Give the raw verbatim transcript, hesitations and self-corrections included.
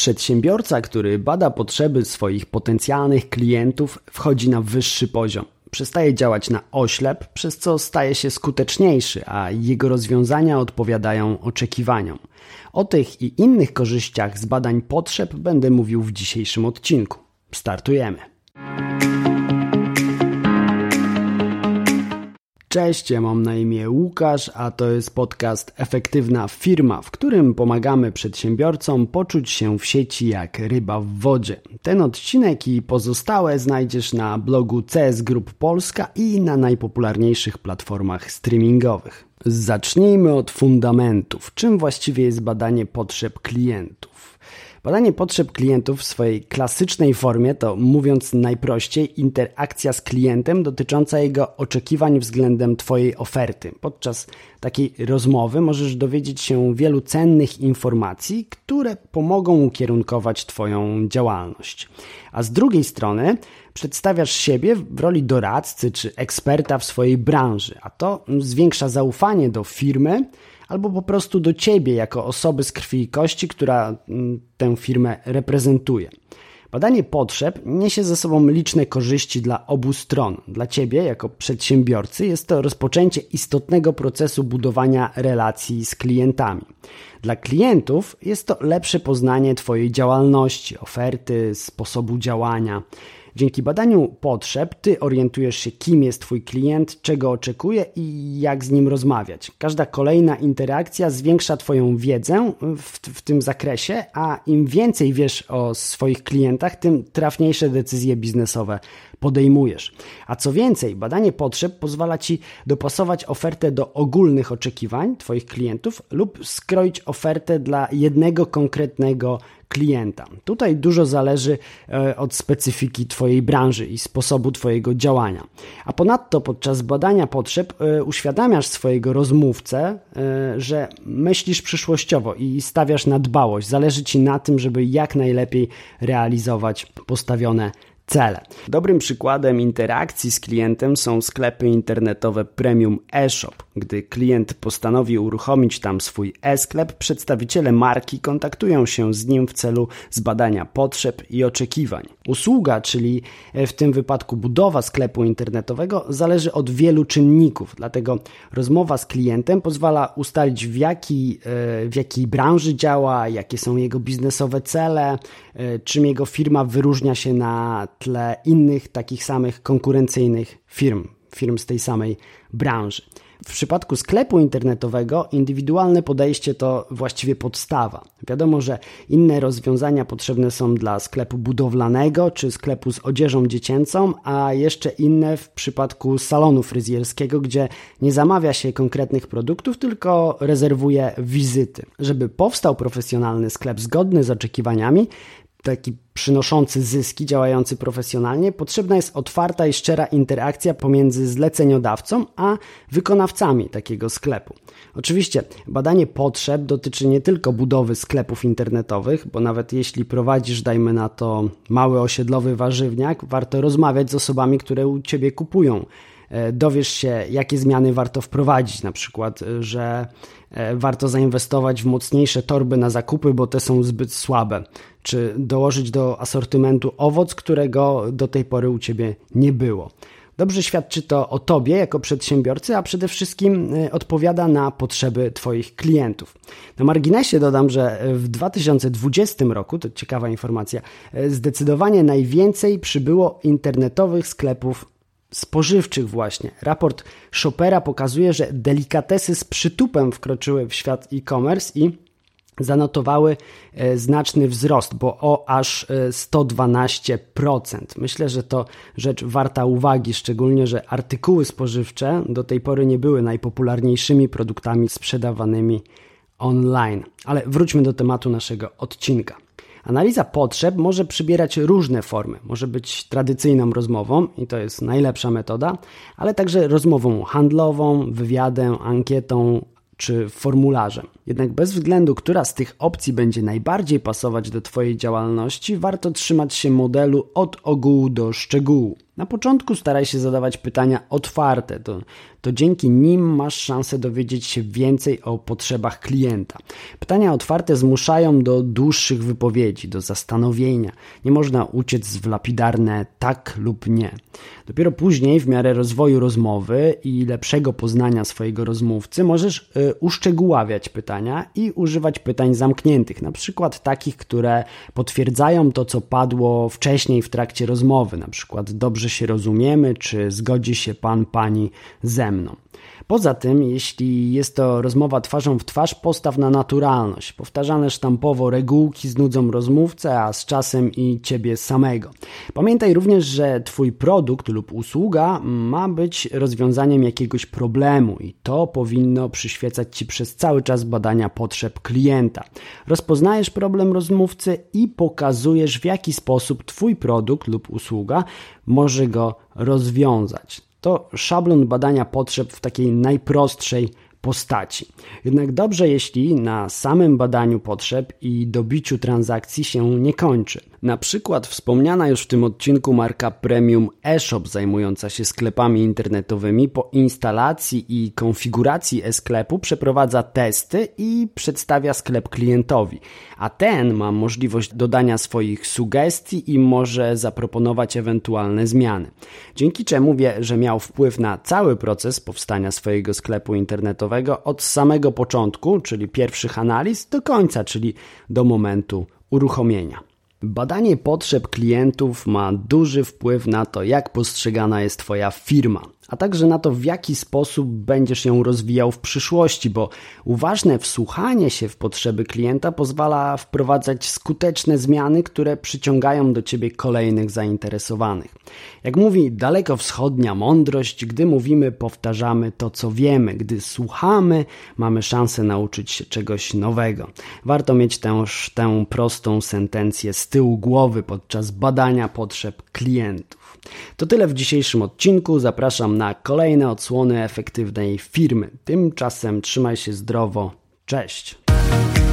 Przedsiębiorca, który bada potrzeby swoich potencjalnych klientów, wchodzi na wyższy poziom. Przestaje działać na oślep, przez co staje się skuteczniejszy, a jego rozwiązania odpowiadają oczekiwaniom. O tych i innych korzyściach z badań potrzeb będę mówił w dzisiejszym odcinku. Startujemy! Cześć, ja mam na imię Łukasz, a to jest podcast Efektywna Firma, w którym pomagamy przedsiębiorcom poczuć się w sieci jak ryba w wodzie. Ten odcinek i pozostałe znajdziesz na blogu C S Group Polska i na najpopularniejszych platformach streamingowych. Zacznijmy od fundamentów. Czym właściwie jest badanie potrzeb klientów? Badanie potrzeb klientów w swojej klasycznej formie to, mówiąc najprościej, interakcja z klientem dotycząca jego oczekiwań względem Twojej oferty. Podczas takiej rozmowy możesz dowiedzieć się wielu cennych informacji, które pomogą ukierunkować Twoją działalność. A z drugiej strony przedstawiasz siebie w roli doradcy czy eksperta w swojej branży, a to zwiększa zaufanie do firmy, albo po prostu do Ciebie jako osoby z krwi i kości, która tę firmę reprezentuje. Badanie potrzeb niesie ze sobą liczne korzyści dla obu stron. Dla Ciebie jako przedsiębiorcy jest to rozpoczęcie istotnego procesu budowania relacji z klientami. Dla klientów jest to lepsze poznanie Twojej działalności, oferty, sposobu działania. Dzięki badaniu potrzeb Ty orientujesz się, kim jest Twój klient, czego oczekuje i jak z nim rozmawiać. Każda kolejna interakcja zwiększa Twoją wiedzę w, w tym zakresie, a im więcej wiesz o swoich klientach, tym trafniejsze decyzje biznesowe podejmujesz. A co więcej, badanie potrzeb pozwala Ci dopasować ofertę do ogólnych oczekiwań Twoich klientów lub skroić ofertę dla jednego konkretnego klienta. Tutaj dużo zależy od specyfiki Twojej branży i sposobu Twojego działania. A ponadto podczas badania potrzeb uświadamiasz swojego rozmówcę, że myślisz przyszłościowo i stawiasz na dbałość. Zależy Ci na tym, żeby jak najlepiej realizować postawione cele. Dobrym przykładem interakcji z klientem są sklepy internetowe Premium eShop. Gdy klient postanowi uruchomić tam swój e-sklep, przedstawiciele marki kontaktują się z nim w celu zbadania potrzeb i oczekiwań. Usługa, czyli w tym wypadku budowa sklepu internetowego, zależy od wielu czynników, dlatego rozmowa z klientem pozwala ustalić, w jakiej, w jakiej branży działa, jakie są jego biznesowe cele, czym jego firma wyróżnia się na tle innych takich samych konkurencyjnych firm, firm z tej samej branży. W przypadku sklepu internetowego indywidualne podejście to właściwie podstawa. Wiadomo, że inne rozwiązania potrzebne są dla sklepu budowlanego czy sklepu z odzieżą dziecięcą, a jeszcze inne w przypadku salonu fryzjerskiego, gdzie nie zamawia się konkretnych produktów, tylko rezerwuje wizyty. Żeby powstał profesjonalny sklep zgodny z oczekiwaniami, taki przynoszący zyski, działający profesjonalnie, potrzebna jest otwarta i szczera interakcja pomiędzy zleceniodawcą a wykonawcami takiego sklepu. Oczywiście badanie potrzeb dotyczy nie tylko budowy sklepów internetowych, bo nawet jeśli prowadzisz, dajmy na to, mały osiedlowy warzywniak, warto rozmawiać z osobami, które u Ciebie kupują. Dowiesz się, jakie zmiany warto wprowadzić, na przykład, że warto zainwestować w mocniejsze torby na zakupy, bo te są zbyt słabe, czy dołożyć do asortymentu owoc, którego do tej pory u Ciebie nie było. Dobrze świadczy to o Tobie jako przedsiębiorcy, a przede wszystkim odpowiada na potrzeby Twoich klientów. Na marginesie dodam, że w dwa tysiące dwudziestym roku, to ciekawa informacja, zdecydowanie najwięcej przybyło internetowych sklepów spożywczych właśnie. Raport Shopera pokazuje, że delikatesy z przytupem wkroczyły w świat e-commerce i zanotowały znaczny wzrost, bo o aż sto dwanaście procent. Myślę, że to rzecz warta uwagi, szczególnie, że artykuły spożywcze do tej pory nie były najpopularniejszymi produktami sprzedawanymi online. Ale wróćmy do tematu naszego odcinka. Analiza potrzeb może przybierać różne formy. Może być tradycyjną rozmową i to jest najlepsza metoda, ale także rozmową handlową, wywiadem, ankietą czy formularzem. Jednak bez względu, która z tych opcji będzie najbardziej pasować do Twojej działalności, warto trzymać się modelu od ogółu do szczegółu. Na początku staraj się zadawać pytania otwarte, to, to dzięki nim masz szansę dowiedzieć się więcej o potrzebach klienta. Pytania otwarte zmuszają do dłuższych wypowiedzi, do zastanowienia. Nie można uciec w lapidarne tak lub nie. Dopiero później, w miarę rozwoju rozmowy i lepszego poznania swojego rozmówcy, możesz y, uszczegóławiać pytania i używać pytań zamkniętych, na przykład takich, które potwierdzają to, co padło wcześniej w trakcie rozmowy, na przykład dobrze się rozumiemy, czy zgodzi się pan, pani ze mną. Poza tym, jeśli jest to rozmowa twarzą w twarz, postaw na naturalność. Powtarzane sztampowo regułki znudzą rozmówcę, a z czasem i ciebie samego. Pamiętaj również, że twój produkt lub usługa ma być rozwiązaniem jakiegoś problemu i to powinno przyświecać ci przez cały czas badania potrzeb klienta. Rozpoznajesz problem rozmówcy i pokazujesz, w jaki sposób twój produkt lub usługa może go rozwiązać. To szablon badania potrzeb w takiej najprostszej postaci. Jednak dobrze, jeśli na samym badaniu potrzeb i dobiciu transakcji się nie kończy. Na przykład wspomniana już w tym odcinku marka Premium eShop zajmująca się sklepami internetowymi po instalacji i konfiguracji e-sklepu przeprowadza testy i przedstawia sklep klientowi, a ten ma możliwość dodania swoich sugestii i może zaproponować ewentualne zmiany. Dzięki czemu wie, że miał wpływ na cały proces powstania swojego sklepu internetowego od samego początku, czyli pierwszych analiz, do końca, czyli do momentu uruchomienia. Badanie potrzeb klientów ma duży wpływ na to, jak postrzegana jest Twoja firma, a także na to, w jaki sposób będziesz ją rozwijał w przyszłości, bo uważne wsłuchanie się w potrzeby klienta pozwala wprowadzać skuteczne zmiany, które przyciągają do Ciebie kolejnych zainteresowanych. Jak mówi dalekowschodnia mądrość, gdy mówimy, powtarzamy to, co wiemy. Gdy słuchamy, mamy szansę nauczyć się czegoś nowego. Warto mieć tę, tę prostą sentencję z tyłu głowy podczas badania potrzeb klientów. To tyle w dzisiejszym odcinku. Zapraszam na kolejne odsłony efektywnej firmy. Tymczasem trzymaj się zdrowo. Cześć!